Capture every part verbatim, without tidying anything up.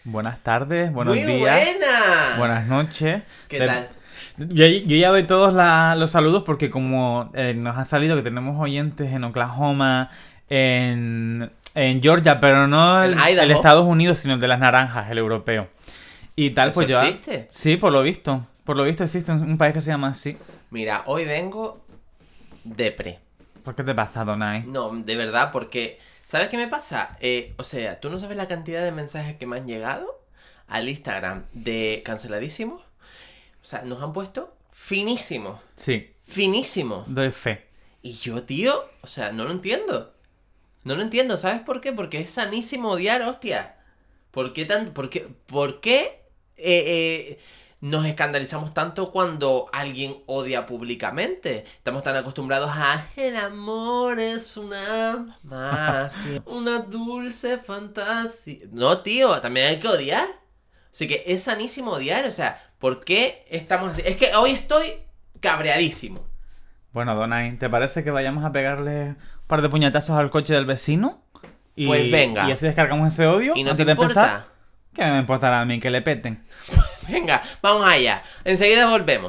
Buenas tardes, buenos Muy días. Buena. Buenas noches. ¿Qué De- tal? Yo, yo ya doy todos la- los saludos porque como eh, nos ha salido que tenemos oyentes en Oklahoma, en, en Georgia, pero no En el, Idaho. el Estados Unidos, sino el de las naranjas, el europeo. Y tal, ¿Eso pues yo... existe? Sí, por lo visto. Por lo visto existe un, un país que se llama así. Mira, hoy vengo depre. ¿Por qué te pasa, Donai? No, de verdad, porque... ¿Sabes qué me pasa? Eh, o sea, ¿tú no sabes la cantidad de mensajes que me han llegado al Instagram de canceladísimos? O sea, nos han puesto finísimos. Sí, Finísimos. doy fe. Y yo, tío, o sea, no lo entiendo. No lo entiendo, ¿sabes por qué? Porque es sanísimo odiar, hostia. ¿Por qué tan, por qué, por qué eh, eh, nos escandalizamos tanto cuando alguien odia públicamente? Estamos tan acostumbrados a el amor es una magia, una dulce fantasía. No, tío, también hay que odiar. Así que es sanísimo odiar, o sea, ¿por qué estamos así? Es que hoy estoy cabreadísimo. Bueno, Donai, ¿te parece que vayamos a pegarle un par de puñetazos al coche del vecino? Y, Pues venga. Y así descargamos ese odio ¿Y no antes te de empezar. importa? ¿Qué me importará a mí que le peten? Venga, vamos allá. Enseguida volvemos.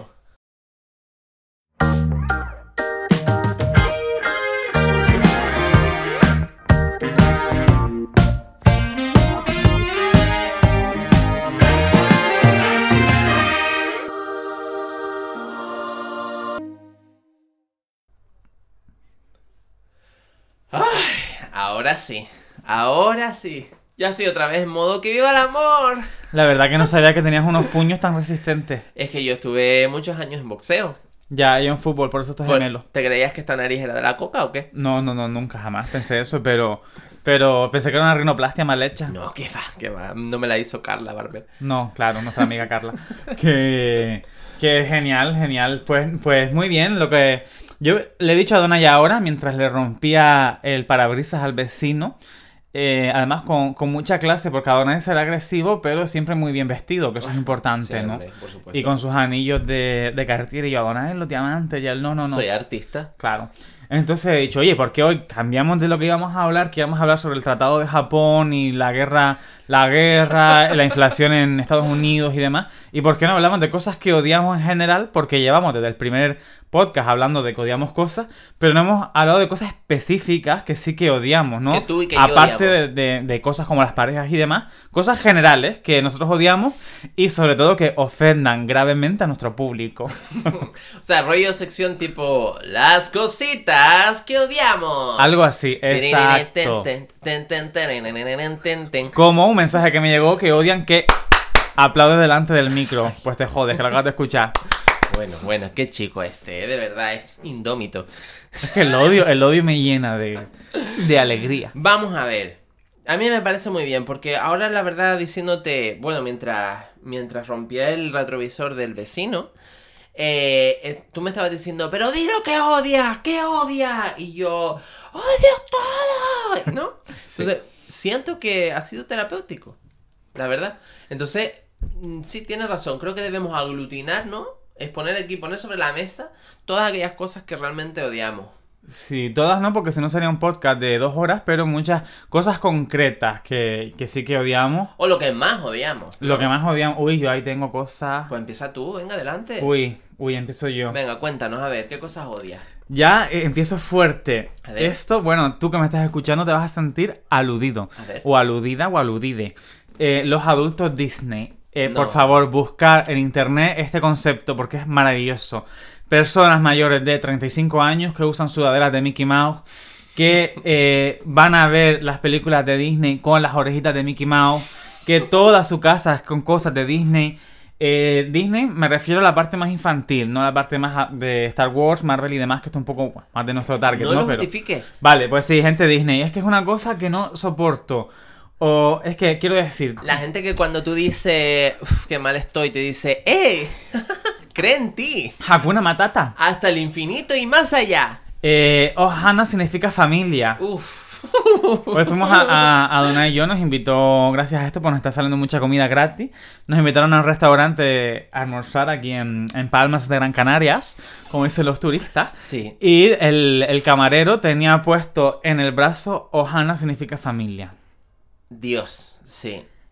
Ay, ahora sí. Ahora sí. Ya estoy otra vez en modo que viva el amor. La verdad que no sabía que tenías unos puños tan resistentes. Es que yo estuve muchos años en boxeo. Ya, yo en fútbol, por eso estos Pues, gemelos. ¿te creías que esta nariz era de la coca o qué? No, no, no, nunca jamás pensé eso, pero... Pero pensé que era una rinoplastia mal hecha. No, que va, que va. No me la hizo Carla Barber. No, claro, nuestra amiga Carla. Que, que genial, genial. Pues, pues muy bien, lo que... Yo le he dicho a Donna ya ahora, mientras le rompía el parabrisas al vecino, eh, además con, con mucha clase, porque a Donna es agresivo, pero siempre muy bien vestido, que eso es importante, Sí, ¿no? hombre, por supuesto. Y con sus anillos de, de Cartier, y yo a Donna los diamantes, y él no, no, no. Soy artista. Claro. Entonces he dicho, oye, ¿por qué hoy cambiamos de lo que íbamos a hablar? Que íbamos a hablar sobre el Tratado de Japón y la guerra, la guerra, la inflación en Estados Unidos y demás. ¿Y por qué no hablamos de cosas que odiamos en general? Porque llevamos desde el primer podcast hablando de que odiamos cosas, pero no hemos hablado de cosas específicas que sí que odiamos, ¿no? Que tú y que yo Aparte de, odiamos. de, de cosas como las parejas y demás, cosas generales que nosotros odiamos y sobre todo que ofendan gravemente a nuestro público. O sea, rollo sección tipo las cositas que odiamos. Algo así, exacto. Como un mensaje que me llegó que odian que aplaude delante del micro. Pues te jodes, que lo acabas de escuchar. Bueno, bueno, qué chico este, ¿eh? De verdad, es indómito. Es que el odio, el odio me llena de, de alegría. Vamos a ver. A mí me parece muy bien, porque ahora la verdad diciéndote, bueno, mientras, mientras rompía el retrovisor del vecino, eh, eh, tú me estabas diciendo, pero di lo que odias, ¿qué odias? Y yo, odio todo, ¿no? Sí. Entonces, siento que ha sido terapéutico, la verdad. Entonces, mm, sí tienes razón, creo que debemos aglutinar, ¿no? Es poner aquí, poner sobre la mesa todas aquellas cosas que realmente odiamos. Sí, todas no, porque si no sería un podcast de dos horas, pero muchas cosas concretas que, que sí que odiamos. O lo que más odiamos. Lo que más odiamos... Uy, yo ahí tengo cosas... Pues empieza tú, venga, adelante. Uy, uy, empiezo yo. Venga, cuéntanos, a ver, ¿qué cosas odias? Ya eh, empiezo fuerte. A ver. Esto, bueno, tú que me estás escuchando te vas a sentir aludido. A ver. O aludida o aludide. Eh, los adultos Disney. Eh, No. Por favor, buscar en internet este concepto porque es maravilloso. Personas mayores de treinta y cinco años que usan sudaderas de Mickey Mouse, que eh, van a ver las películas de Disney con las orejitas de Mickey Mouse, que toda su casa es con cosas de Disney. Eh, Disney me refiero a la parte más infantil, no a la parte más a- de Star Wars, Marvel y demás, que esto es un poco bueno, más de nuestro target, No ¿no? lo Pero- justifiques. Vale, pues sí, gente Disney. Es que es una cosa que no soporto. O es que quiero decir... La gente que cuando tú dices, "Uf, qué mal estoy", te dice, ¡eh! Cree en ti. Hakuna Matata. Hasta el infinito y más allá. Eh, Ohana significa familia. Uf. Hoy fuimos a, a, a Donna y yo, nos invitó, gracias a esto, pues nos está saliendo mucha comida gratis. Nos invitaron a un restaurante a almorzar aquí en, en Palmas de Gran Canarias, como dicen los turistas. Sí. Y el, el camarero tenía puesto en el brazo Ohana significa familia. Dios, sí.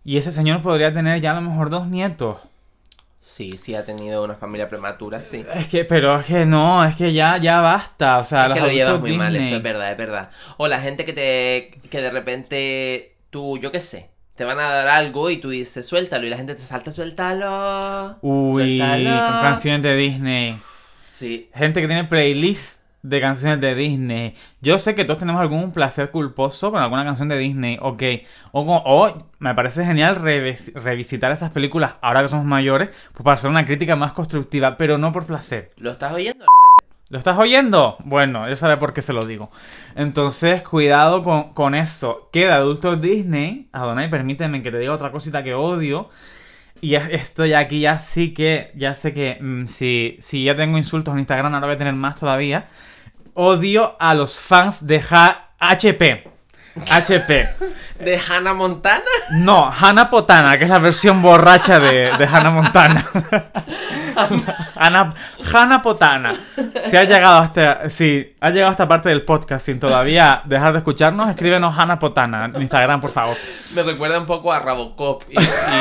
Y ese señor podría tener ya a lo mejor dos nietos. Sí, sí ha tenido una familia prematura, sí. Es que, pero es que no, es que ya, ya basta. O sea, Es que los lo llevas adultos muy mal, Disney- eso es verdad, es verdad. O la gente que te que de repente tú, yo qué sé, te van a dar algo y tú dices, suéltalo, y la gente te salta, suéltalo. Uy, suéltalo. con canciones de Disney. Sí. Gente que tiene playlist de canciones de Disney. Yo sé que todos tenemos algún placer culposo con alguna canción de Disney, ok. O, con- o me parece genial revis- revisitar esas películas ahora que somos mayores, pues para hacer una crítica más constructiva, pero no por placer. ¿Lo estás oyendo, Alfred? ¿Lo estás oyendo? Bueno, yo sabe por qué se lo digo. Entonces, cuidado con, con eso. Que de adultos Disney, Adonai, permíteme que te diga otra cosita que odio. Y ya estoy aquí, ya sí que, ya sé que mm, si, si ya tengo insultos en Instagram, ahora voy a tener más todavía. Odio a los fans de H- HP. H P. ¿De Hannah Montana? No, Hannah Potana, que es la versión borracha de, de Hannah Montana. Hannah, Hannah Potana. Si has llegado hasta, si has llegado a esta parte del podcast sin todavía dejar de escucharnos, escríbenos Hannah Potana en Instagram, por favor. Me recuerda un poco a Robocop y,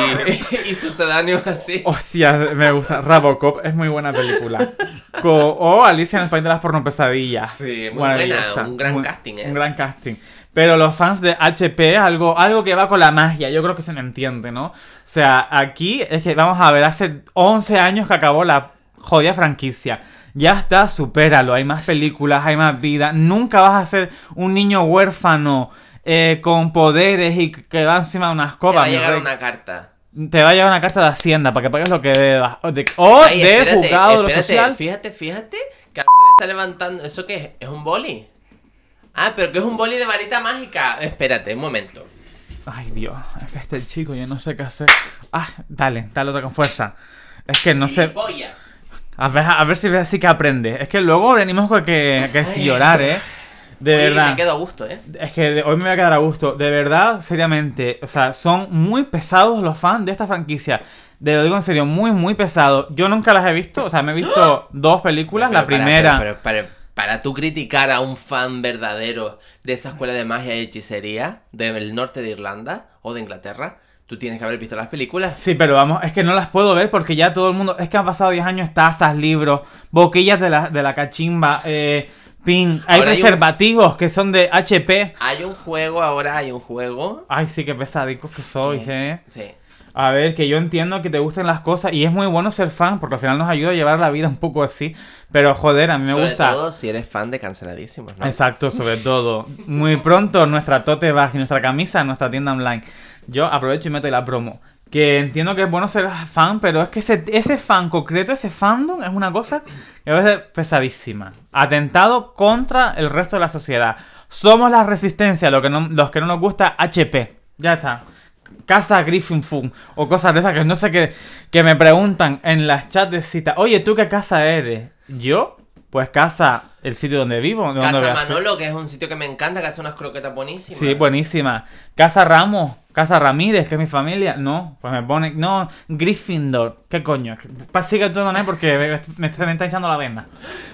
y, y sucedáneos así. Hostia, me gusta. Robocop es muy buena película. Co- o Alicia en el País de las Pornopesadillas. Sí, muy Maravillosa. buena, un gran Muy- casting, ¿eh? Un gran casting. Pero los fans de H P, algo, algo que va con la magia, yo creo que se me entiende, ¿no? O sea, aquí es que vamos a ver, hace once años que acabó la jodida franquicia. Ya está, supéralo, hay más películas, hay más vida. Nunca vas a ser un niño huérfano eh, con poderes y que va encima de una Te escoba. va a mi llegar rey. una carta. Te va a llegar una carta de Hacienda para que pagues lo que debas. O de, o Ay, de espérate, juzgado de lo espérate, social. Fíjate, fíjate que Alfredo está levantando. ¿Eso qué es? ¿Es un boli? Ah, pero que es un boli de varita mágica. Espérate, un momento. Ay, Dios, es que este chico, yo no sé qué hacer. Ah, dale, dale otra con fuerza. Es que no sé. Gilipollas. A ver, a ver si ves así que aprende. Es que luego venimos con que, que si llorar, ¿eh? De Oye, verdad. me quedo a gusto, ¿eh? Es que de- hoy me voy a quedar a gusto. De verdad, seriamente. O sea, son muy pesados los fans de esta franquicia. De lo digo en serio, muy, muy pesados. Yo nunca las he visto. O sea, me he visto dos películas. Pero la para- primera. Pero, pero, para, para tú criticar a un fan verdadero de esa escuela de magia y hechicería del norte de Irlanda o de Inglaterra, tú tienes que haber visto las películas. Sí, pero vamos, es que no las puedo ver porque ya todo el mundo... Es que han pasado diez años, tazas, libros, boquillas de la, de la cachimba, eh, pin... Hay Ahora hay un- preservativos que son de H P. Hay un juego ahora, hay un juego. Ay, sí, qué pesadicos que sois, eh. Sí. A ver, que yo entiendo que te gusten las cosas y es muy bueno ser fan porque al final nos ayuda a llevar la vida un poco así. Pero joder, a mí me Sobre gusta... todo si eres fan de Canceladísimos, ¿no? Exacto, sobre todo. Muy pronto nuestra tote bag y nuestra camisa en nuestra tienda online. Yo aprovecho y meto ahí la promo. Que entiendo que es bueno ser fan, pero es que ese, ese fan concreto, ese fandom, es una cosa que a veces pesadísima. Atentado contra el resto de la sociedad. Somos la resistencia, lo que no, los que no nos gusta H P. Ya está. Casa Griffin Fun o cosas de esas que no sé qué, que me preguntan en las chats de cita. Oye, ¿tú qué casa eres? ¿Yo? Pues casa, el sitio donde vivo. de donde Casa voy a ser. Manolo, que es un sitio que me encanta, que hace unas croquetas buenísimas. Sí, buenísima. Casa Ramos, Casa Ramírez, que es mi familia. No, pues me pone. No, Gryffindor. ¿Qué coño? Sigue tú, ¿no? Porque me, me está, me está echando la vena.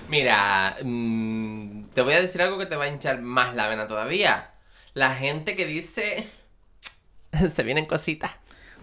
Mira, mmm, te voy a decir algo que te va a hinchar más la vena todavía. La gente que dice... se vienen cositas.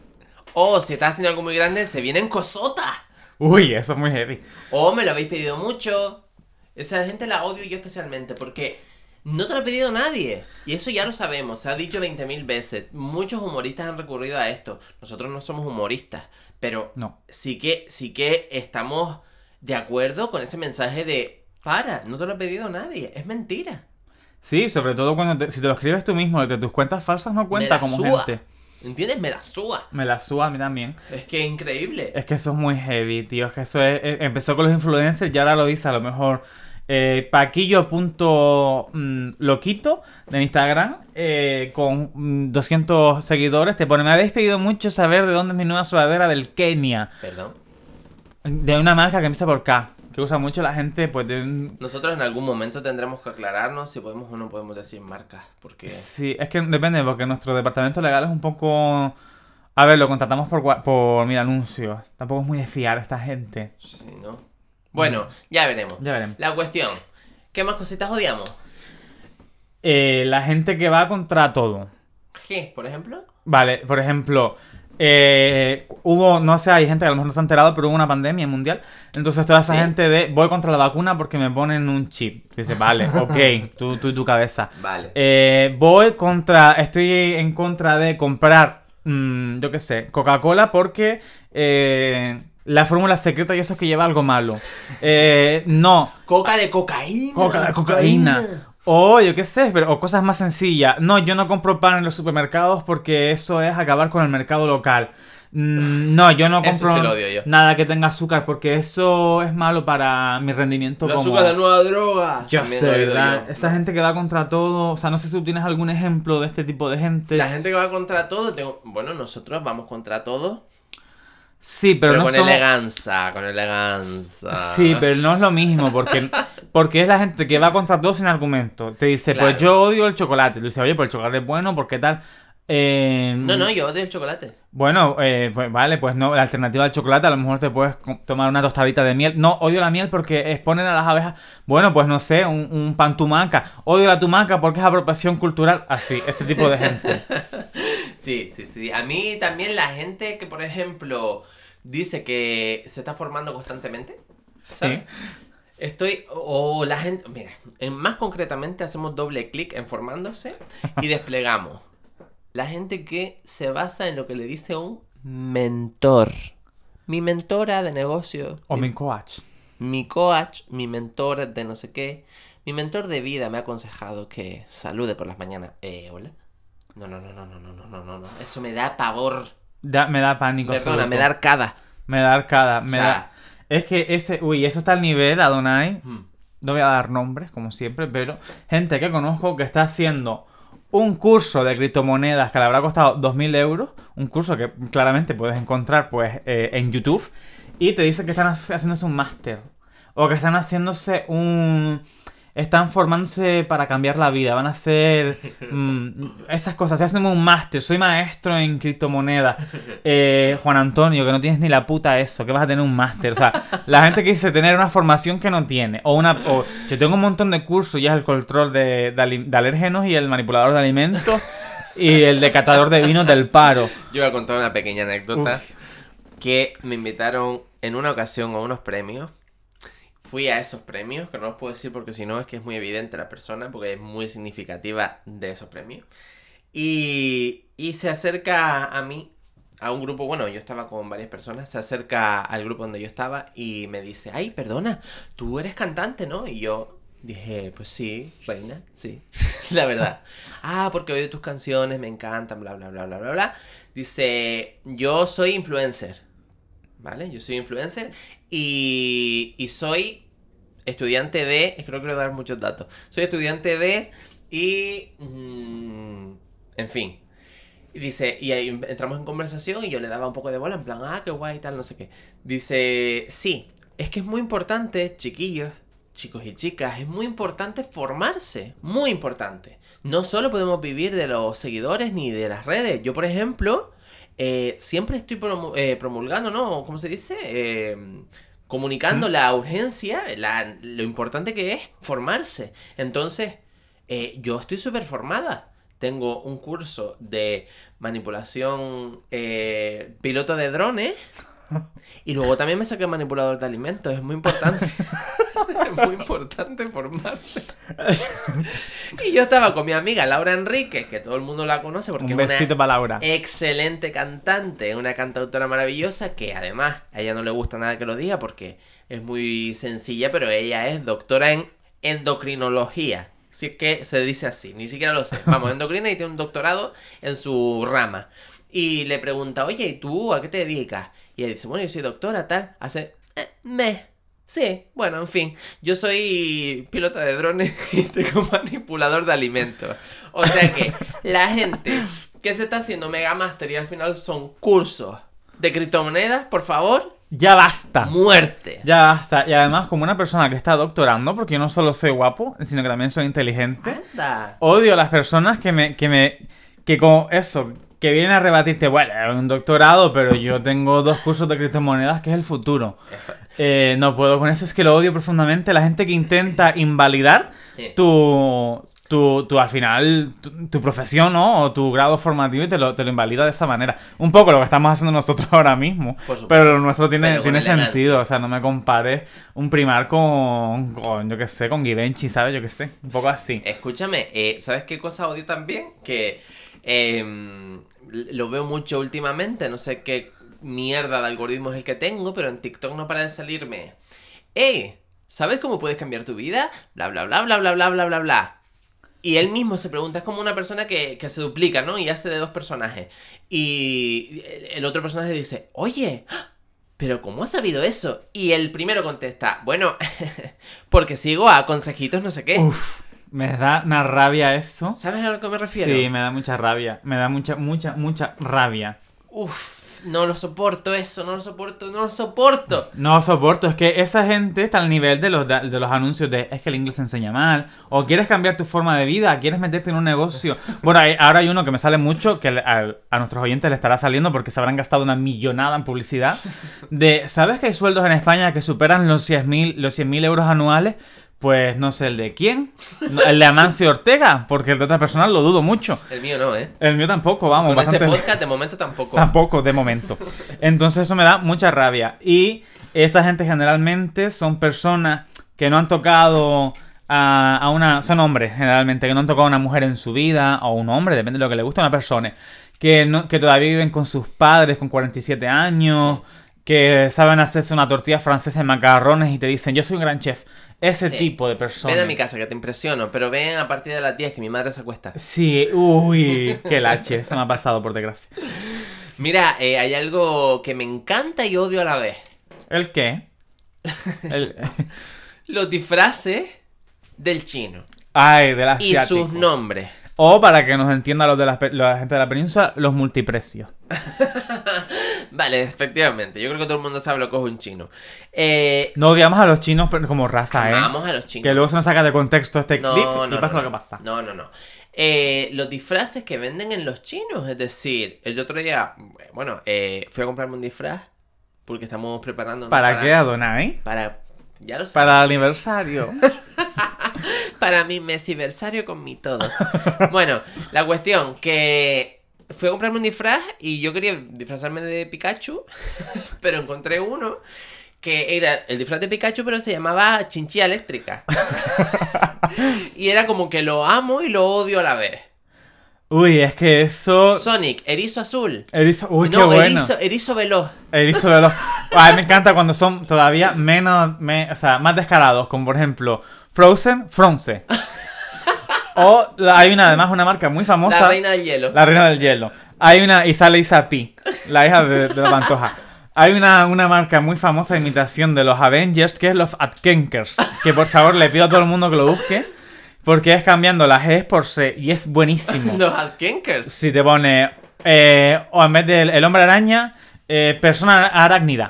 O si estás haciendo algo muy grande, se vienen cosotas. Uy, eso es muy heavy. O me lo habéis pedido mucho. Esa gente la odio yo especialmente porque no te lo ha pedido nadie. Y eso ya lo sabemos, se ha dicho veinte mil veces. Muchos humoristas han recurrido a esto. Nosotros no somos humoristas, pero No. sí que, sí que estamos de acuerdo con ese mensaje de para, no te lo ha pedido nadie, es mentira. Sí, sobre todo cuando te- si te lo escribes tú mismo desde tus cuentas falsas no cuenta la como súa. gente. ¿Entiendes? Me la suba. Me la suba a mí también. Es que es increíble. Es que eso es muy heavy, tío. Es que eso es, eh, empezó con los influencers y ahora lo dice a lo mejor eh, paquillo.loquito de Instagram eh, con mm, doscientos seguidores. Te pone, me habéis pedido mucho saber de dónde es mi nueva sudadera del Kenia. Perdón. De una marca que empieza por K. Que usa mucho la gente, pues de un... Nosotros en algún momento tendremos que aclararnos si podemos o no podemos decir marcas. Porque... Sí, es que depende, porque nuestro departamento legal es un poco... A ver, lo contratamos por, gua- por mil anuncios. Tampoco es muy de fiar a esta gente. Sí, ¿no? Bueno, ya veremos. Ya veremos. La cuestión. ¿Qué más cositas odiamos? Eh, la gente que va contra todo. ¿Qué, por ejemplo? Vale, por ejemplo, eh, hubo, no sé, hay gente que a lo mejor no se ha enterado, pero hubo una pandemia mundial. Entonces toda esa ¿Sí? gente de, voy contra la vacuna porque me ponen un chip. Dice, vale, ok, tú, tú y tu cabeza. Vale. Eh, voy contra, estoy en contra de comprar, mmm, yo qué sé, Coca-Cola porque eh, la fórmula secreta y eso es que lleva algo malo. Eh, no. Coca de cocaína. Coca de cocaína. O yo qué sé, pero, o cosas más sencillas. No, yo no compro pan en los supermercados porque eso es acabar con el mercado local. Mm, no, yo no Eso compro sí lo odio yo. nada que tenga azúcar porque eso es malo para mi rendimiento El como... azúcar es la nueva droga. Yo También sé, lo he oído ¿verdad? yo. Esta gente que va contra todo... O sea, no sé si tú tienes algún ejemplo de este tipo de gente. La gente que va contra todo, tengo... bueno, nosotros vamos contra todo. Sí, pero, Pero, no con somos... elegancia, con elegancia. Sí, pero no es lo mismo, porque, porque es la gente que va contra todo sin argumento. Te dice, Claro. pues yo odio el chocolate. Tú dices, oye, pues el chocolate es bueno, ¿por qué tal? Eh, No, no, yo odio el chocolate. Bueno, eh, pues vale, pues no, la alternativa al chocolate, a lo mejor te puedes co- tomar una tostadita de miel. No, odio la miel porque exponen a las abejas. Bueno, pues no sé, un, un pan tumaca. Odio la tumaca porque es apropiación cultural. Así, ese tipo de gente. Sí, sí, sí. A mí también la gente que, por ejemplo, dice que se está formando constantemente. ¿Sabes? Sí. Estoy, o la gente, mira, en- más concretamente hacemos doble clic en formándose y desplegamos. La gente que se basa en lo que le dice un mentor. Mi mentora de negocio. O mi, mi coach. mi coach, mi mentor de no sé qué. Mi mentor de vida me ha aconsejado que salude por las mañanas. Eh, hola. No, no, no, no, no, no, no, no, no, no. Eso me da pavor. Da- me da pánico. Perdona, absoluto. me da arcada. Me da arcada. Me O sea- da... Es que ese... Uy, eso está al nivel, Adonai. Hmm. No voy a dar nombres, como siempre, pero gente que conozco que está haciendo un curso de criptomonedas que le habrá costado dos mil euros, un curso que claramente puedes encontrar pues eh, en YouTube, y te dicen que están hac- haciéndose un máster, o que están haciéndose un... Están formándose para cambiar la vida, van a hacer mm, esas cosas. Estoy haciendo un máster, soy maestro en criptomonedas. Eh, Juan Antonio, que no tienes ni la puta eso, que vas a tener un máster. O sea, la gente que dice tener una formación que no tiene. O una o, yo tengo un montón de cursos, ya es el control de, de, ali- de alérgenos y el manipulador de alimentos y el decatador de vinos del paro. Yo voy a contar una pequeña anécdota. Uf. Que me invitaron en una ocasión a unos premios. Fui a esos premios, que no los puedo decir porque si no es que es muy evidente la persona, porque es muy significativa de esos premios. Y, y se acerca a mí, a un grupo, bueno, yo estaba con varias personas, se acerca al grupo donde yo estaba y me dice, ay, perdona, tú eres cantante, ¿no? Y yo dije, pues sí, reina, sí, la verdad. Ah, porque oigo tus canciones, me encantan, bla, bla, bla, bla, bla, bla. Dice, yo soy influencer, ¿vale? Yo soy influencer y, y soy estudiante de... Es que no quiero dar muchos datos. Soy estudiante de... Y... mm, en fin. Y dice... Y ahí entramos en conversación y yo le daba un poco de bola en plan... Ah, qué guay y tal, no sé qué. Dice... Sí, es que es muy importante, chiquillos, chicos y chicas, es muy importante formarse. Muy importante. No solo podemos vivir de los seguidores ni de las redes. Yo, por ejemplo... Eh, siempre estoy promu- eh, promulgando, ¿no? ¿Cómo se dice? Eh, comunicando ¿Mm? la urgencia, la, lo importante que es formarse. Entonces, eh, yo estoy súper formada. Tengo un curso de manipulación eh, piloto de drones. Y luego también me saqué manipulador de alimentos. Es muy importante. Es muy importante formarse. Y yo estaba con mi amiga Laura Enríquez, que todo el mundo la conoce porque Un es besito una para Laura. excelente cantante, una cantautora maravillosa que además a ella no le gusta nada que lo diga porque es muy sencilla, pero ella es doctora en endocrinología. Si es que se dice así, ni siquiera lo sé. Vamos, endocrina y tiene un doctorado en su rama. Y le pregunta, oye, ¿y tú a qué te dedicas? Y ella dice, bueno, yo soy doctora, tal. Hace, eh, me. Sí, bueno, en fin. Yo soy pilota de drones y tengo manipulador de alimentos. O sea que la gente que se está haciendo Mega Master y al final son cursos de criptomonedas, por favor, Ya basta. muerte. Ya basta. Y además, como una persona que está doctorando, porque yo no solo soy guapo, sino que también soy inteligente, Anda. odio a las personas que me... que me... que con eso... que vienen a rebatirte, bueno, un doctorado, pero yo tengo dos cursos de criptomonedas, que es el futuro. Eh, no puedo con eso, es que lo odio profundamente. La gente que intenta invalidar Sí. tu... tu, tu al final, tu, tu profesión, ¿no? O tu grado formativo y te lo, te lo invalida de esa manera. Un poco lo que estamos haciendo nosotros ahora mismo. Pero lo nuestro tiene, Pero con tiene elegancia. sentido. O sea, no me compares un primar con, con yo qué sé, con Givenchy, ¿sabes? Yo qué sé. Un poco así. Escúchame, eh, ¿sabes qué cosa odio también? Que eh, lo veo mucho últimamente, no sé qué mierda de algoritmo es el que tengo, pero en TikTok no para de salirme. ¡Ey! ¿Sabes cómo puedes cambiar tu vida? Bla, bla, bla, bla, bla, bla, bla, bla, bla. Y él mismo se pregunta, es como una persona que, que se duplica, ¿no? Y hace de dos personajes. Y el otro personaje dice, oye, ¿pero cómo has sabido eso? Y el primero contesta, bueno, porque sigo a consejitos no sé qué. Uf, me da una rabia eso. ¿Sabes a lo que me refiero? Sí, me da mucha rabia. Me da mucha, mucha, mucha rabia. Uf, no lo soporto eso, no lo soporto, no lo soporto. No lo soporto, es que esa gente está al nivel de los, de los anuncios de es que el inglés se enseña mal, o quieres cambiar tu forma de vida, quieres meterte en un negocio. Bueno, hay, ahora hay uno que me sale mucho, que a, a nuestros oyentes le estará saliendo porque se habrán gastado una millonada en publicidad, de, ¿sabes que hay sueldos en España que superan los cien mil los cien mil euros anuales? Pues no sé el de quién, el de Amancio Ortega, porque el de otra persona lo dudo mucho. El mío no, ¿eh? El mío tampoco, vamos. Con bastante... este podcast de momento tampoco. Tampoco, de momento. Entonces eso me da mucha rabia. Y esta gente generalmente son personas que no han tocado a, a una... Son hombres, generalmente, que no han tocado a una mujer en su vida, o un hombre, depende de lo que le guste a una persona. Que, no, que todavía viven con sus padres con cuarenta y siete años, sí. Que saben hacerse una tortilla francesa en macarrones y te dicen, yo soy un gran chef. Ese sí. Tipo de personas. Ven a mi casa que te impresiono, pero ven a partir de las diez que mi madre se acuesta. Sí, uy, qué lache, eso me ha pasado por desgracia. Mira, eh, hay algo que me encanta y odio a la vez. ¿El qué? El... Los disfraces del chino. Ay, del Y asiático. sus nombres. O, para que nos entienda los de la, la gente de la península, los multiprecios. Vale, efectivamente. Yo creo que todo el mundo sabe lo que es un chino. Eh, no odiamos a los chinos como raza, ¿eh? Amamos a los chinos. Que luego se nos saca de contexto este no, clip no, y pasa no, lo que pasa. No, no, no. Eh, los disfraces que venden en los chinos. Es decir, el otro día, bueno, eh, fui a comprarme un disfraz porque estamos preparando... ¿Para, para qué, Adonai? Para... Ya lo sabes. Para el aniversario. Para mi mesiversario con mi todo. Bueno, la cuestión que fui a comprarme un disfraz y yo quería disfrazarme de Pikachu, pero encontré uno que era el disfraz de Pikachu, pero se llamaba Chinchilla Eléctrica. Y era como que lo amo y lo odio a la vez. Uy, es que eso... Sonic, erizo azul. Erizo... Uy, no, qué bueno. erizo, erizo veloz. Erizo veloz. A mí me encanta cuando son todavía menos... Me... O sea, más descarados. Como por ejemplo, Frozen, Fronce. O hay una, además, una marca muy famosa. La Reina del Hielo. La Reina del Hielo. Hay una... Y sale Isa Pi, la hija de, de la Pantoja. Hay una, una marca muy famosa de imitación de los Avengers, que es los Adkenkers. Que por favor le pido a todo el mundo que lo busque. Porque es cambiando las E's por C y es buenísimo. Los Adkenkers. Si te pone, eh, o en vez del el hombre araña, eh, persona arácnida.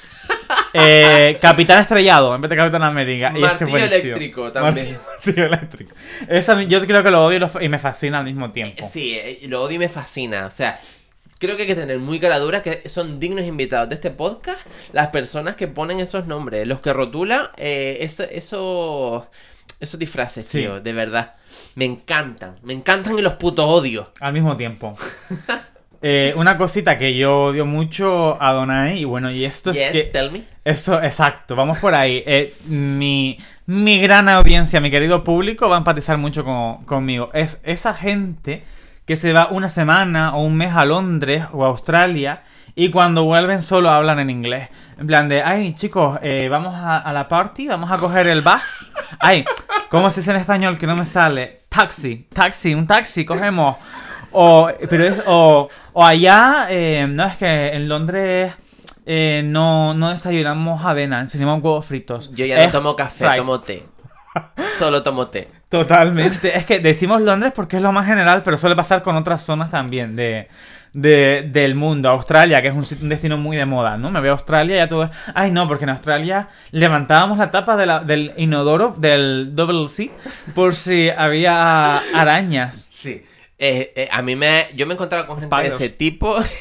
Eh, Capitán Estrellado, en vez de Capitán América. Y Martillo es que es eléctrico también. Martillo eléctrico. Esa, yo creo que lo odio y, lo, y me fascina al mismo tiempo. Sí, lo odio y me fascina. O sea, creo que hay que tener muy cara dura, que son dignos invitados de este podcast las personas que ponen esos nombres, los que rotulan eh, eso, eso, esos disfraces, sí. Tío, de verdad. Me encantan, me encantan y los putos odio. Al mismo tiempo. eh, una cosita que yo odio mucho a Adonai, y bueno, y esto yes, es que... tell me. Eso, exacto, vamos por ahí. Eh, mi, mi gran audiencia, mi querido público, va a empatizar mucho con, conmigo. Es esa gente que se va una semana o un mes a Londres o a Australia y cuando vuelven solo hablan en inglés. En plan de, ay, chicos, eh, vamos a, a la party, vamos a coger el bus. Ay, ¿cómo se dice en español que no me sale? Taxi, taxi, un taxi, cogemos. O, pero es, o, o allá, eh, no, es que en Londres... Eh, no, no desayunamos avena, enseñamos huevos fritos. Yo ya no es tomo café, fries. tomo té. Solo tomo té. Totalmente. Es que decimos Londres porque es lo más general, pero suele pasar con otras zonas también de, de, del mundo. Australia, que es un, un destino muy de moda, ¿no? Me veo a Australia y ya todo es... Ay, no, porque en Australia levantábamos la tapa de la, del inodoro, del double C, por si había arañas. Sí. Eh, eh, a mí me... Yo me he encontrado con gente Spiders. de ese tipo...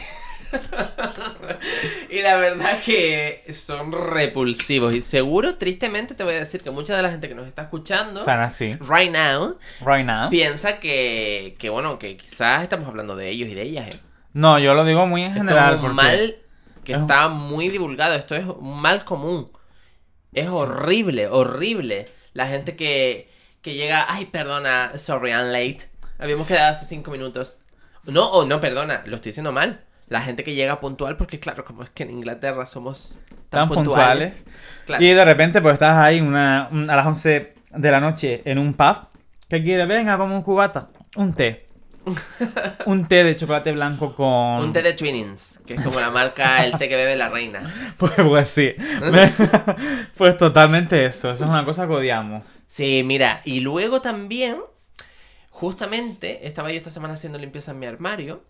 Y la verdad que son repulsivos. Y seguro, tristemente, te voy a decir que mucha de la gente que nos está escuchando, O sea, así. right now, Right now. piensa que, que, bueno, que quizás estamos hablando de ellos y de ellas, ¿eh? No, yo lo digo muy en general. Esto es un porque mal que es un- está muy divulgado. Esto es un mal común. Es horrible, horrible. La gente que, que llega, ay, perdona, sorry, I'm late. Habíamos quedado hace cinco minutos. No, o no, perdona, lo estoy diciendo mal. La gente que llega puntual, porque claro, como es que en Inglaterra somos tan, tan puntuales. puntuales. Claro. Y de repente, pues estás ahí una, un- a las once de la noche en un pub. ¿Qué quieres? Venga, vamos un cubata. Un té. Un té de chocolate blanco con... Un té de Twinings, que es como la marca, el té que bebe la reina. Pues, pues sí. Pues totalmente eso. Eso es una cosa que odiamos. Sí, mira, y luego también, justamente, estaba yo esta semana haciendo limpieza en mi armario.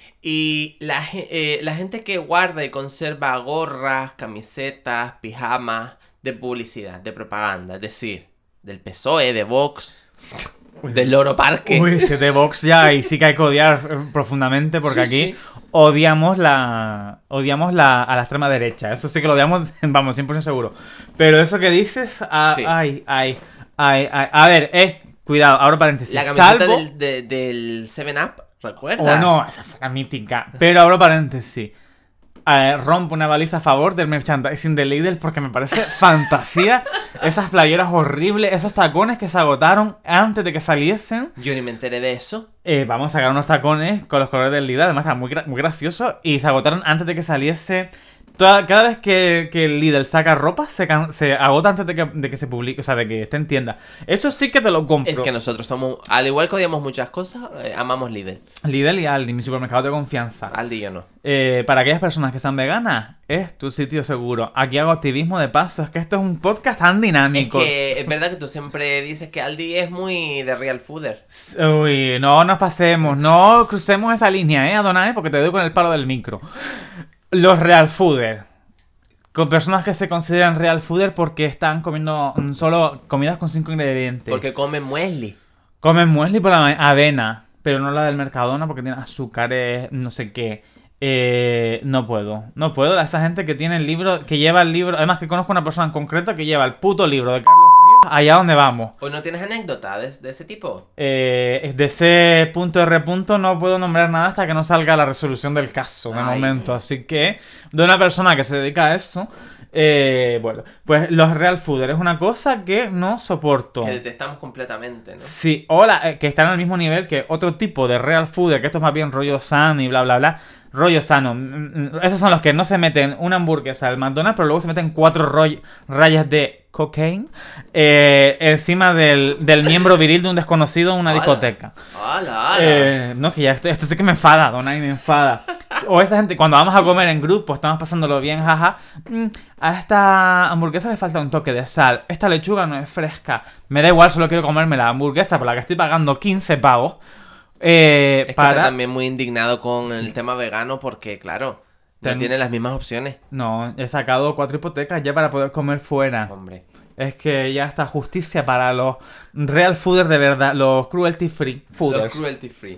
Y la, ge- eh, la gente que guarda y conserva gorras, camisetas, pijamas de publicidad, de propaganda, es decir, del P S O E, de Vox, del Loro Parque. Uy, ese de Vox ya y sí que hay que odiar eh, profundamente porque Sí, aquí sí. odiamos la odiamos la, a la extrema derecha. Eso sí que lo odiamos, vamos, cien por ciento seguro. Pero eso que dices, ah, Sí. ay, ay, ay, ay. A ver, eh, cuidado, abro paréntesis. La camiseta Salvo... del, de- del seven up, ¿recuerdas? O no, esa fue la mítica. Pero abro paréntesis. Eh, rompo una baliza a favor del merchandising de Lidl porque me parece fantasía. Esas playeras horribles, esos tacones que se agotaron antes de que saliesen. Yo ni me enteré de eso. Eh, vamos a sacar unos tacones con los colores del Lidl, además está muy, gra- muy gracioso. Y se agotaron antes de que saliese. Toda- cada vez que, que el Lidl saca ropa, se, can- se agota antes de que, de que se publique, o sea, de que esté en tienda. Eso sí que te lo compro. Es que nosotros somos, al igual que odiamos muchas cosas, eh, amamos Lidl. Lidl y Aldi, mi supermercado de confianza. Aldi y yo no. Eh, para aquellas personas que sean veganas, es tu sitio seguro. Aquí hago activismo de paso. Es que esto es un podcast tan Es dinámico. que es verdad que tú siempre dices que Aldi es muy de real fooder. Uy, no nos pasemos. No crucemos esa línea, ¿eh, Adonai? Porque te doy con el palo del micro. Los real fooders. Con personas que se consideran real fooder porque están comiendo mm, solo comidas con cinco ingredientes. Porque comen muesli. Comen muesli por la ma- avena, pero no la del Mercadona porque tiene azúcares, no sé qué. Eh, no puedo, no puedo. Esa gente que tiene el libro, que lleva el libro, además que conozco una persona en concreto que lleva el puto libro de Carlos Ríos allá donde vamos. ¿O no tienes anécdota de, de ese tipo? Eh, de ese punto R punto no puedo nombrar nada hasta que no salga la resolución del caso de Ay. momento. Así que, de una persona que se dedica a eso, eh, bueno, pues los real fooders es una cosa que no soporto. Que detestamos completamente, ¿no? Sí, hola, eh, que están al mismo nivel que otro tipo de real fooder, que esto es más bien rollo sano y bla, bla, bla. Rollo sano. Mm, mm, Esos son los que no se meten una hamburguesa del McDonald's, pero luego se meten cuatro roy- rayas de cocaine eh, encima del, del miembro viril de un desconocido en una Hola. discoteca. ¡Hala, hala! Eh, no, que ya esto, esto sí que me enfada, Donai, me enfada. O esa gente, cuando vamos a comer en grupo, estamos pasándolo bien, jaja. mm, a esta hamburguesa le falta un toque de sal. Esta lechuga no es fresca. Me da igual, solo quiero comerme la hamburguesa por la que estoy pagando quince pavos. Eh, Es que para... está también muy indignado con el tema vegano porque, claro, no Ten- tiene las mismas opciones. No, he sacado cuatro hipotecas ya para poder comer fuera. Hombre. Es que ya está justicia para los real fooders de verdad, los cruelty free Los fooders. cruelty free.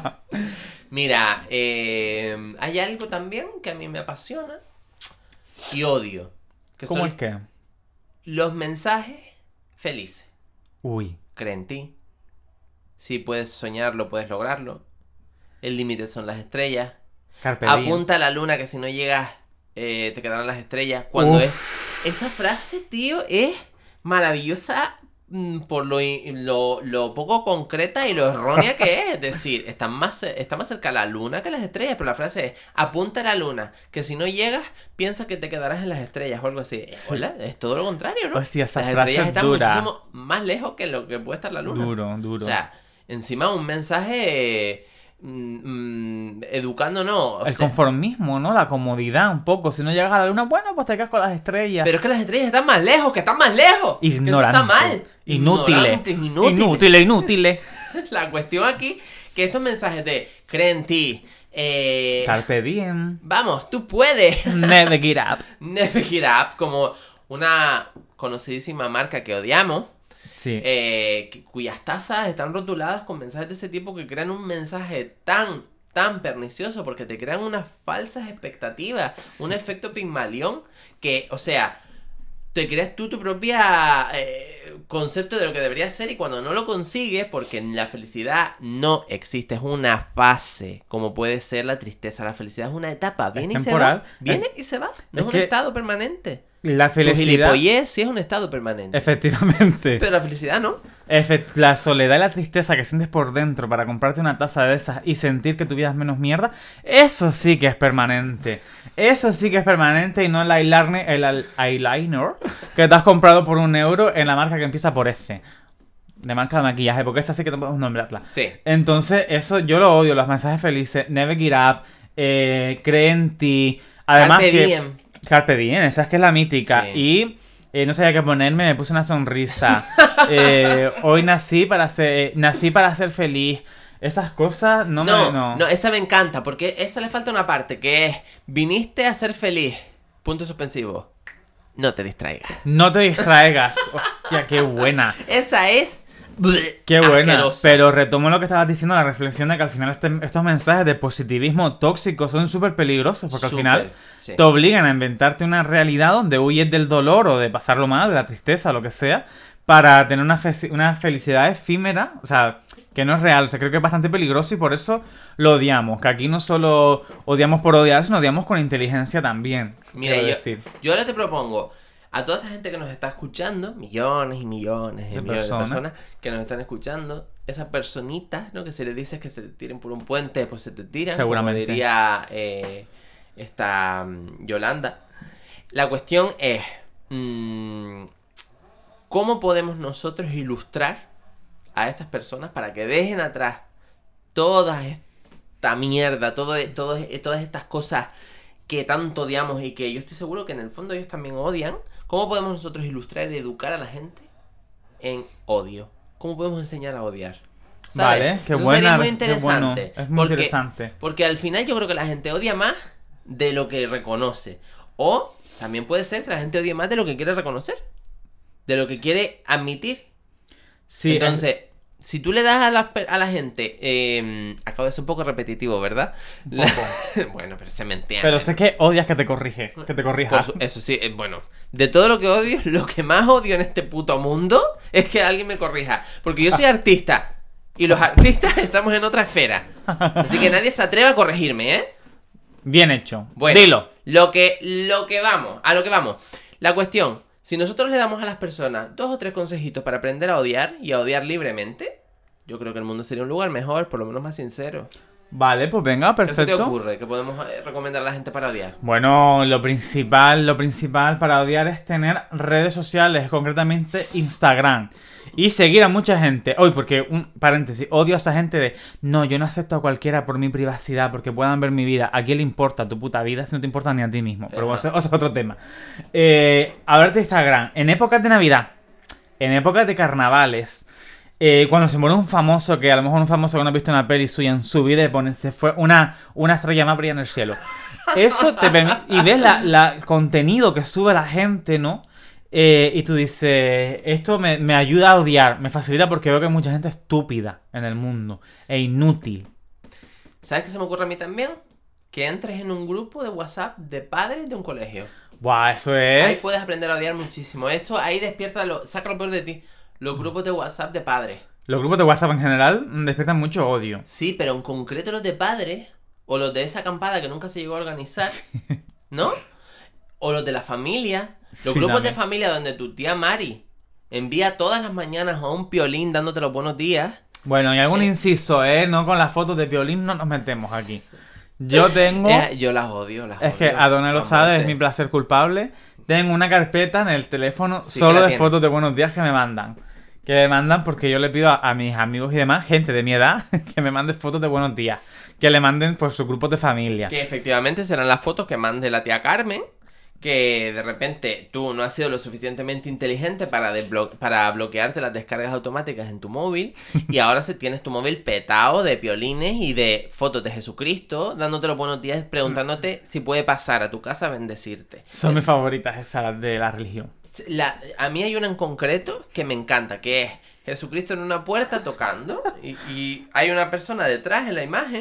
Mira, eh, hay algo también que a mí me apasiona y odio. Que ¿Cómo son es que? los mensajes felices. Uy. Cree en ti. Si puedes soñarlo, puedes lograrlo. El límite son las estrellas. Carpe diem. Apunta a la luna que si no llegas eh, te quedarán las estrellas. Cuando Uf. es... Esa frase, tío, es maravillosa mm, por lo, i- lo, lo poco concreta y lo errónea que es. Es decir, está más, ce- está más cerca la luna que las estrellas, pero la frase es, apunta a la luna, que si no llegas, piensa que te quedarás en las estrellas o algo así. Eh, Hola, es todo lo contrario, ¿no? Hostia, esa las frase estrellas es están dura. muchísimo más lejos que lo que puede estar la luna. Duro, duro. O sea, encima un mensaje eh, mm, mm, educando, no. O el sea, conformismo, ¿no? La comodidad un poco. Si no llegas a la luna, bueno, pues te quedas con las estrellas. pero es que las estrellas están más lejos, que están más lejos. Que eso Ignorante. está mal. Inútiles. Ignorantes, inútiles. Inútiles, inútiles. La cuestión aquí, que estos mensajes de cree en ti, eh, Carpe diem. vamos, tú puedes. Never get up. Never Give Up, como una conocidísima marca que odiamos, Sí. eh, que- cuyas tazas están rotuladas con mensajes de ese tipo que crean un mensaje tan tan pernicioso porque te crean unas falsas expectativas, un efecto Pigmalión que, o sea, te creas tú tu propia eh, concepto de lo que debería ser y cuando no lo consigues, porque la felicidad no existe, es una fase, como puede ser la tristeza. La felicidad es una etapa, viene Es y se temporal. va, viene Es- y se va, no es es, un que estado permanente. La Tu felicidad... gilipollez sí es un estado permanente, Efectivamente. pero la felicidad no. Efe- La soledad y la tristeza que sientes por dentro para comprarte una taza de esas y sentir que tu vida es menos mierda, eso sí que es permanente. Eso sí que es permanente y no el eyeliner, el al- eyeliner que te has comprado por un euro en la marca que empieza por S. De marca de maquillaje, porque esa sí que te podemos nombrarla. Sí. Entonces, eso yo lo odio, los mensajes felices, never give up, eh, cree en ti. Además Carpe que... diem. Carpe diem, esa es que es la mítica. Sí. Y eh, no sabía qué ponerme, me puse una sonrisa. Eh, hoy nací para ser, nací para ser feliz. Esas cosas no, No, me... No. no, esa me encanta, porque esa le falta una parte, que es, viniste a ser feliz, punto suspensivo, no te distraigas. No te distraigas. Hostia, qué buena. Esa es... Qué buena. asquerosa. Pero retomo lo que estabas diciendo, la reflexión de que al final este- estos mensajes de positivismo tóxico son súper peligrosos, porque Súper, al final sí. te obligan a inventarte una realidad donde huyes del dolor o de pasarlo mal, de la tristeza, lo que sea, para tener una, fe- una felicidad efímera, o sea, que no es real. O sea, creo que es bastante peligroso y por eso lo odiamos. Que aquí no solo odiamos por odiar, sino odiamos con inteligencia también. Mira, quiero yo, decir. yo ahora te propongo a toda esta gente que nos está escuchando, millones y millones y De millones personas. de personas que nos están escuchando, esas personitas, ¿no? Que se les dice que se te tiren por un puente, pues se te tiran, Seguramente. como diría eh, esta mm, Yolanda. La cuestión es, mm, ¿cómo podemos nosotros ilustrar a estas personas para que dejen atrás toda esta mierda, todo, todo, todas estas cosas que tanto odiamos y que yo estoy seguro que en el fondo ellos también odian? ¿Cómo podemos nosotros ilustrar y educar a la gente en odio? ¿Cómo podemos enseñar a odiar? ¿Sabes? Vale, qué Eso buena. sería muy qué interesante. bueno, es muy porque, interesante. porque al final yo creo que la gente odia más de lo que reconoce. O también puede ser que la gente odie más de lo que quiere reconocer. De lo que quiere admitir. Sí, Entonces, si tú le das a la, pe- a la gente... Eh, acabo de ser un poco repetitivo, ¿verdad? Un La- poco. bueno, pero se me entiende. pero sé que odias que te corrige, que te corrija. Por su- eso sí, eh, bueno, de todo lo que odio, lo que más odio en este puto mundo es que alguien me corrija. Porque yo soy artista y los artistas estamos en otra esfera. Así que nadie se atreve a corregirme, ¿eh? Bien hecho. Bueno, Dilo. Lo que, lo que vamos, a lo que vamos. La cuestión, si nosotros le damos a las personas dos o tres consejitos para aprender a odiar y a odiar libremente, yo creo que el mundo sería un lugar mejor, por lo menos más sincero. Vale, pues venga, ¿Qué se te perfecto. ocurre que podemos eh, recomendar a la gente para odiar? Bueno, lo principal, lo principal para odiar es tener redes sociales, concretamente Instagram. Y seguir a mucha gente. Hoy, porque, un paréntesis, odio a esa gente de no, yo no acepto a cualquiera por mi privacidad, porque puedan ver mi vida. ¿A quién le importa tu puta vida si no te importa ni a ti mismo? Pero bueno, Ajá. eso, eso es otro tema. Eh, hablarte de Instagram. En épocas de Navidad, en épocas de carnavales, eh, cuando se muere un famoso, que a lo mejor un famoso que no ha visto una peli suya en su vida y pone, se fue una, una estrella más brilla en el cielo. Eso te permite. Y ves la, la- el contenido que sube la gente, ¿no? Eh, y tú dices, esto me, me ayuda a odiar, me facilita porque veo que hay mucha gente estúpida en el mundo e inútil. ¿Sabes qué se me ocurre a mí también? Que entres en un grupo de WhatsApp de padres de un colegio. Buah, eso Ahí es. puedes aprender a odiar muchísimo. Eso ahí despierta, lo, saca lo peor de ti. Los grupos de WhatsApp de padres. Los grupos de WhatsApp en general mm, despiertan mucho odio. Sí, pero en concreto los de padres, o los de esa acampada que nunca se llegó a organizar, ¿no? O los de la familia. Los Sí, grupos también. de familia donde tu tía Mari envía todas las mañanas a un piolín dándote los buenos días. Bueno, y algún inciso, ¿eh? No con las fotos de violín no nos metemos aquí. Yo tengo... Eh, yo las odio, las Es odio. que Adona lo a sabe, es muerte. mi placer culpable. Tengo una carpeta en el teléfono Sí, que solo la de tiene. fotos de buenos días que me mandan. Que me mandan porque yo le pido a, a mis amigos y demás, gente de mi edad, que me manden fotos de buenos días. Que le manden por sus grupos de familia. Que efectivamente serán las fotos que mande la tía Carmen. Que de repente tú no has sido lo suficientemente inteligente para, desblo- para bloquearte las descargas automáticas en tu móvil. Y ahora se tienes tu móvil petado de piolines y de fotos de Jesucristo, dándote los buenos días, preguntándote si puede pasar a tu casa a bendecirte. Son mis favoritas esas las de la religión. La- a mí hay una en concreto que me encanta, que es Jesucristo en una puerta tocando y, y hay una persona detrás en la imagen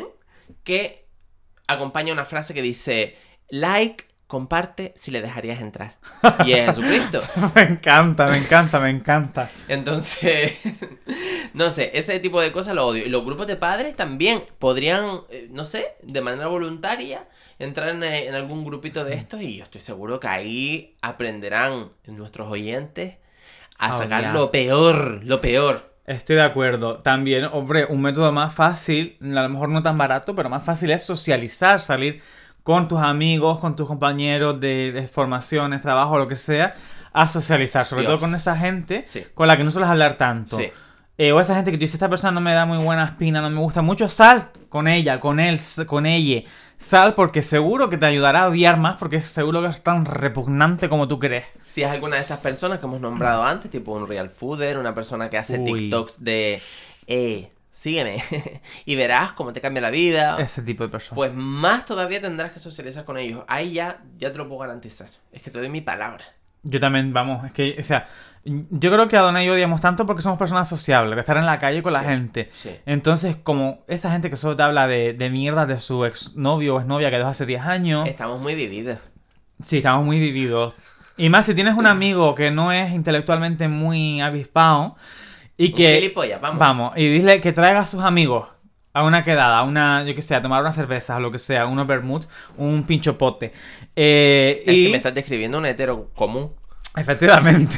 que acompaña una frase que dice, like, comparte si le dejarías entrar. Y es Jesucristo. Me encanta, me encanta, me encanta. Entonces, no sé, ese tipo de cosas lo odio. Y los grupos de padres también podrían, eh, no sé, de manera voluntaria, entrar en, en algún grupito de estos y yo estoy seguro que ahí aprenderán nuestros oyentes a Oh, sacar yeah. lo peor, lo peor. Estoy de acuerdo. También, hombre, un método más fácil, a lo mejor no tan barato, pero más fácil es socializar, salir con tus amigos, con tus compañeros de, de formaciones, trabajo, lo que sea, a socializar. Sobre Dios. todo con esa gente Sí. con la que no sueles hablar tanto. Sí. Eh, o esa gente que tú dices, esta persona no me da muy buena espina, no me gusta mucho, sal con ella, con él, s- con ella. Sal porque seguro que te ayudará a odiar más porque seguro que es tan repugnante como tú crees. Si es alguna de estas personas que hemos nombrado antes, tipo un real fooder, una persona que hace Uy. TikToks de, eh, sígueme y verás cómo te cambia la vida. Ese tipo de personas. Pues más todavía tendrás que socializar con ellos. Ahí ya, ya te lo puedo garantizar. Es que te doy mi palabra. Yo también, vamos, es que, o sea, yo creo que a Donna y yo odiamos tanto porque somos personas sociables, de estar en la calle con la Sí, gente. sí. Entonces, como esta gente que solo te habla de, de mierda de su exnovio o exnovia que dejó hace diez años, Estamos muy divididos. sí, estamos muy vividos. Y más si tienes un amigo que no es intelectualmente muy avispado y Un que... gilipollas, vamos. Vamos, y dile que traiga a sus amigos a una quedada, a una, yo que sé, a tomar unas cervezas, o lo que sea, unos vermouth, un pincho pote. Eh, Es y... que me estás describiendo un hetero común. Efectivamente.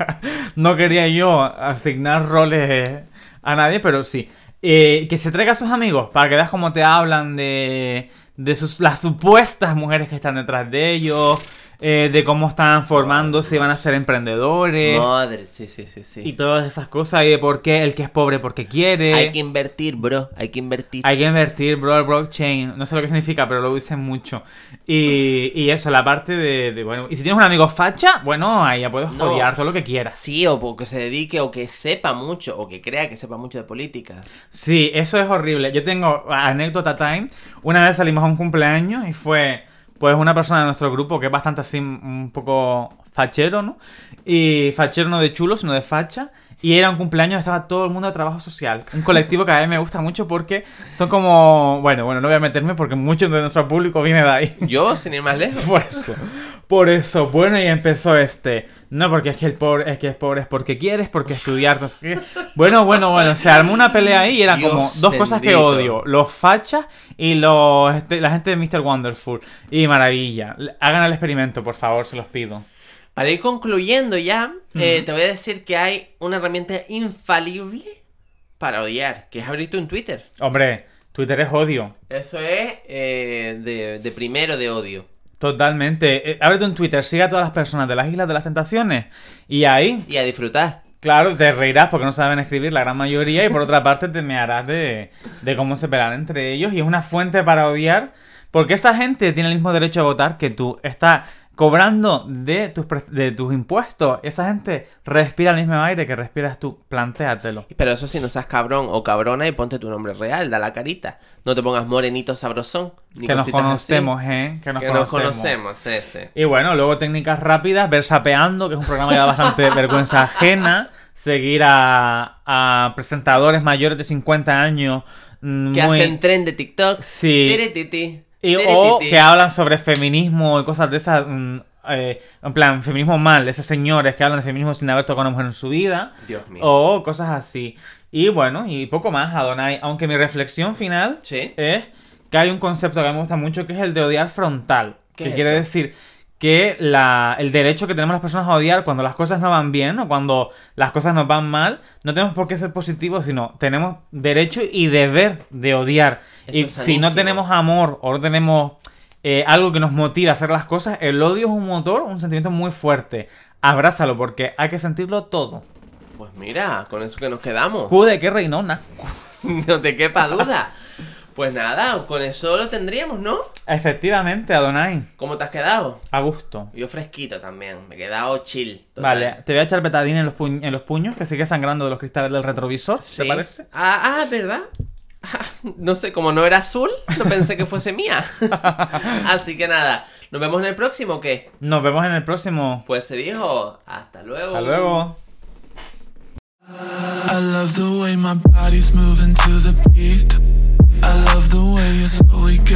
No quería yo asignar roles a nadie, pero sí. Eh, que se traiga a sus amigos para que veas cómo te hablan de, de sus, las supuestas mujeres que están detrás de ellos, eh, de cómo están formándose y van a ser emprendedores. Madre, sí, sí, sí, sí. Y todas esas cosas, y de por qué el que es pobre porque quiere. Hay que invertir, bro. Hay que invertir. Hay que invertir, bro, el blockchain. No sé lo que significa, pero lo dicen mucho. Y, y eso, la parte de, de, bueno... Y si tienes un amigo facha, bueno, ahí ya puedes No. odiar todo lo que quieras. Sí, o que se dedique, o que sepa mucho, o que crea que sepa mucho de política. Sí, eso es horrible. Yo tengo anécdota time. Una vez salimos a un cumpleaños y fue, pues, una persona de nuestro grupo que es bastante así, un poco fachero, ¿no? Y fachero no de chulo, sino de facha. Y era un cumpleaños, estaba todo el mundo de trabajo social. Un colectivo que a mí me gusta mucho porque son como... Bueno, bueno, no voy a meterme porque mucho de nuestro público viene de ahí. Yo, sin ir más lejos. Por eso. Por eso. Bueno, y empezó este. No, porque es que el pobre es que es pobre, es porque quieres, porque estudiar, no sé qué. Bueno, bueno, bueno. Se armó una pelea ahí y eran Dios como dos cosas que bendito. odio. Los fachas y los este, la gente de mister Wonderful. Y maravilla. Hagan el experimento, por favor, se los pido. Para ir concluyendo ya, eh, Ujú. te voy a decir que hay una herramienta infalible para odiar, que es abrirte un Twitter. Hombre, Twitter es odio. Eso es eh, de, de primero de odio. Totalmente. Eh, ábrete un Twitter, sigue a todas las personas de las Islas de las Tentaciones. Y ahí... Y a disfrutar. Claro, te reirás porque no saben escribir la gran mayoría y por otra parte te mearás de, de cómo se pelean entre ellos y es una fuente para odiar porque esa gente tiene el mismo derecho a votar que tú. Está cobrando de tus, pre- de tus impuestos. Esa gente respira el mismo aire que respiras tú. Plantéatelo. Pero eso sí, no seas cabrón o cabrona y ponte tu nombre real, da la carita. No te pongas morenito sabrosón. Ni Que nos cositas conocemos, así. ¿eh? Que nos Que nos conocemos. conocemos, ese. Y bueno, luego técnicas rápidas, ver Sapeando, que es un programa que da bastante vergüenza ajena. Seguir a, a presentadores mayores de cincuenta años. mm, Que muy- hacen tren de TikTok. Sí. Tirititi, Y, tirititi. o que hablan sobre feminismo y cosas de esas. mm, eh, en plan, feminismo mal. Esos señores que hablan de feminismo sin haber tocado a una mujer en su vida. Dios mío. O cosas así. Y bueno, y poco más, Adonai. Aunque mi reflexión final Sí. es que hay un concepto que a mí me gusta mucho que es el de odiar frontal. ¿Qué Que es quiere eso? decir que la, el derecho que tenemos las personas a odiar cuando las cosas no van bien o cuando las cosas nos van mal, no tenemos por qué ser positivos, sino tenemos derecho y deber de odiar. Eso y es si no sanísimo. tenemos amor o no tenemos eh, algo que nos motive a hacer las cosas, el odio es un motor, un sentimiento muy fuerte. Abrázalo porque hay que sentirlo todo. Pues mira, con eso que nos quedamos. Cude, qué reinona. No te quepa duda. Pues nada, con eso lo tendríamos, ¿no? Efectivamente, Adonai. ¿Cómo te has quedado? A gusto. Yo fresquito también, me he quedado chill. total. Vale, te voy a echar betadine en los, pu- en los puños, que sigue sangrando de los cristales del retrovisor, Sí. ¿te parece? Ah, ah, ¿verdad? Ah, no sé, como no era azul, no pensé que fuese mía. Así que nada, ¿nos vemos en el próximo o qué? Nos vemos en el próximo. Pues se dijo, hasta luego. Hasta luego. I love the way my body's moving to the beat. I love the way you're so weak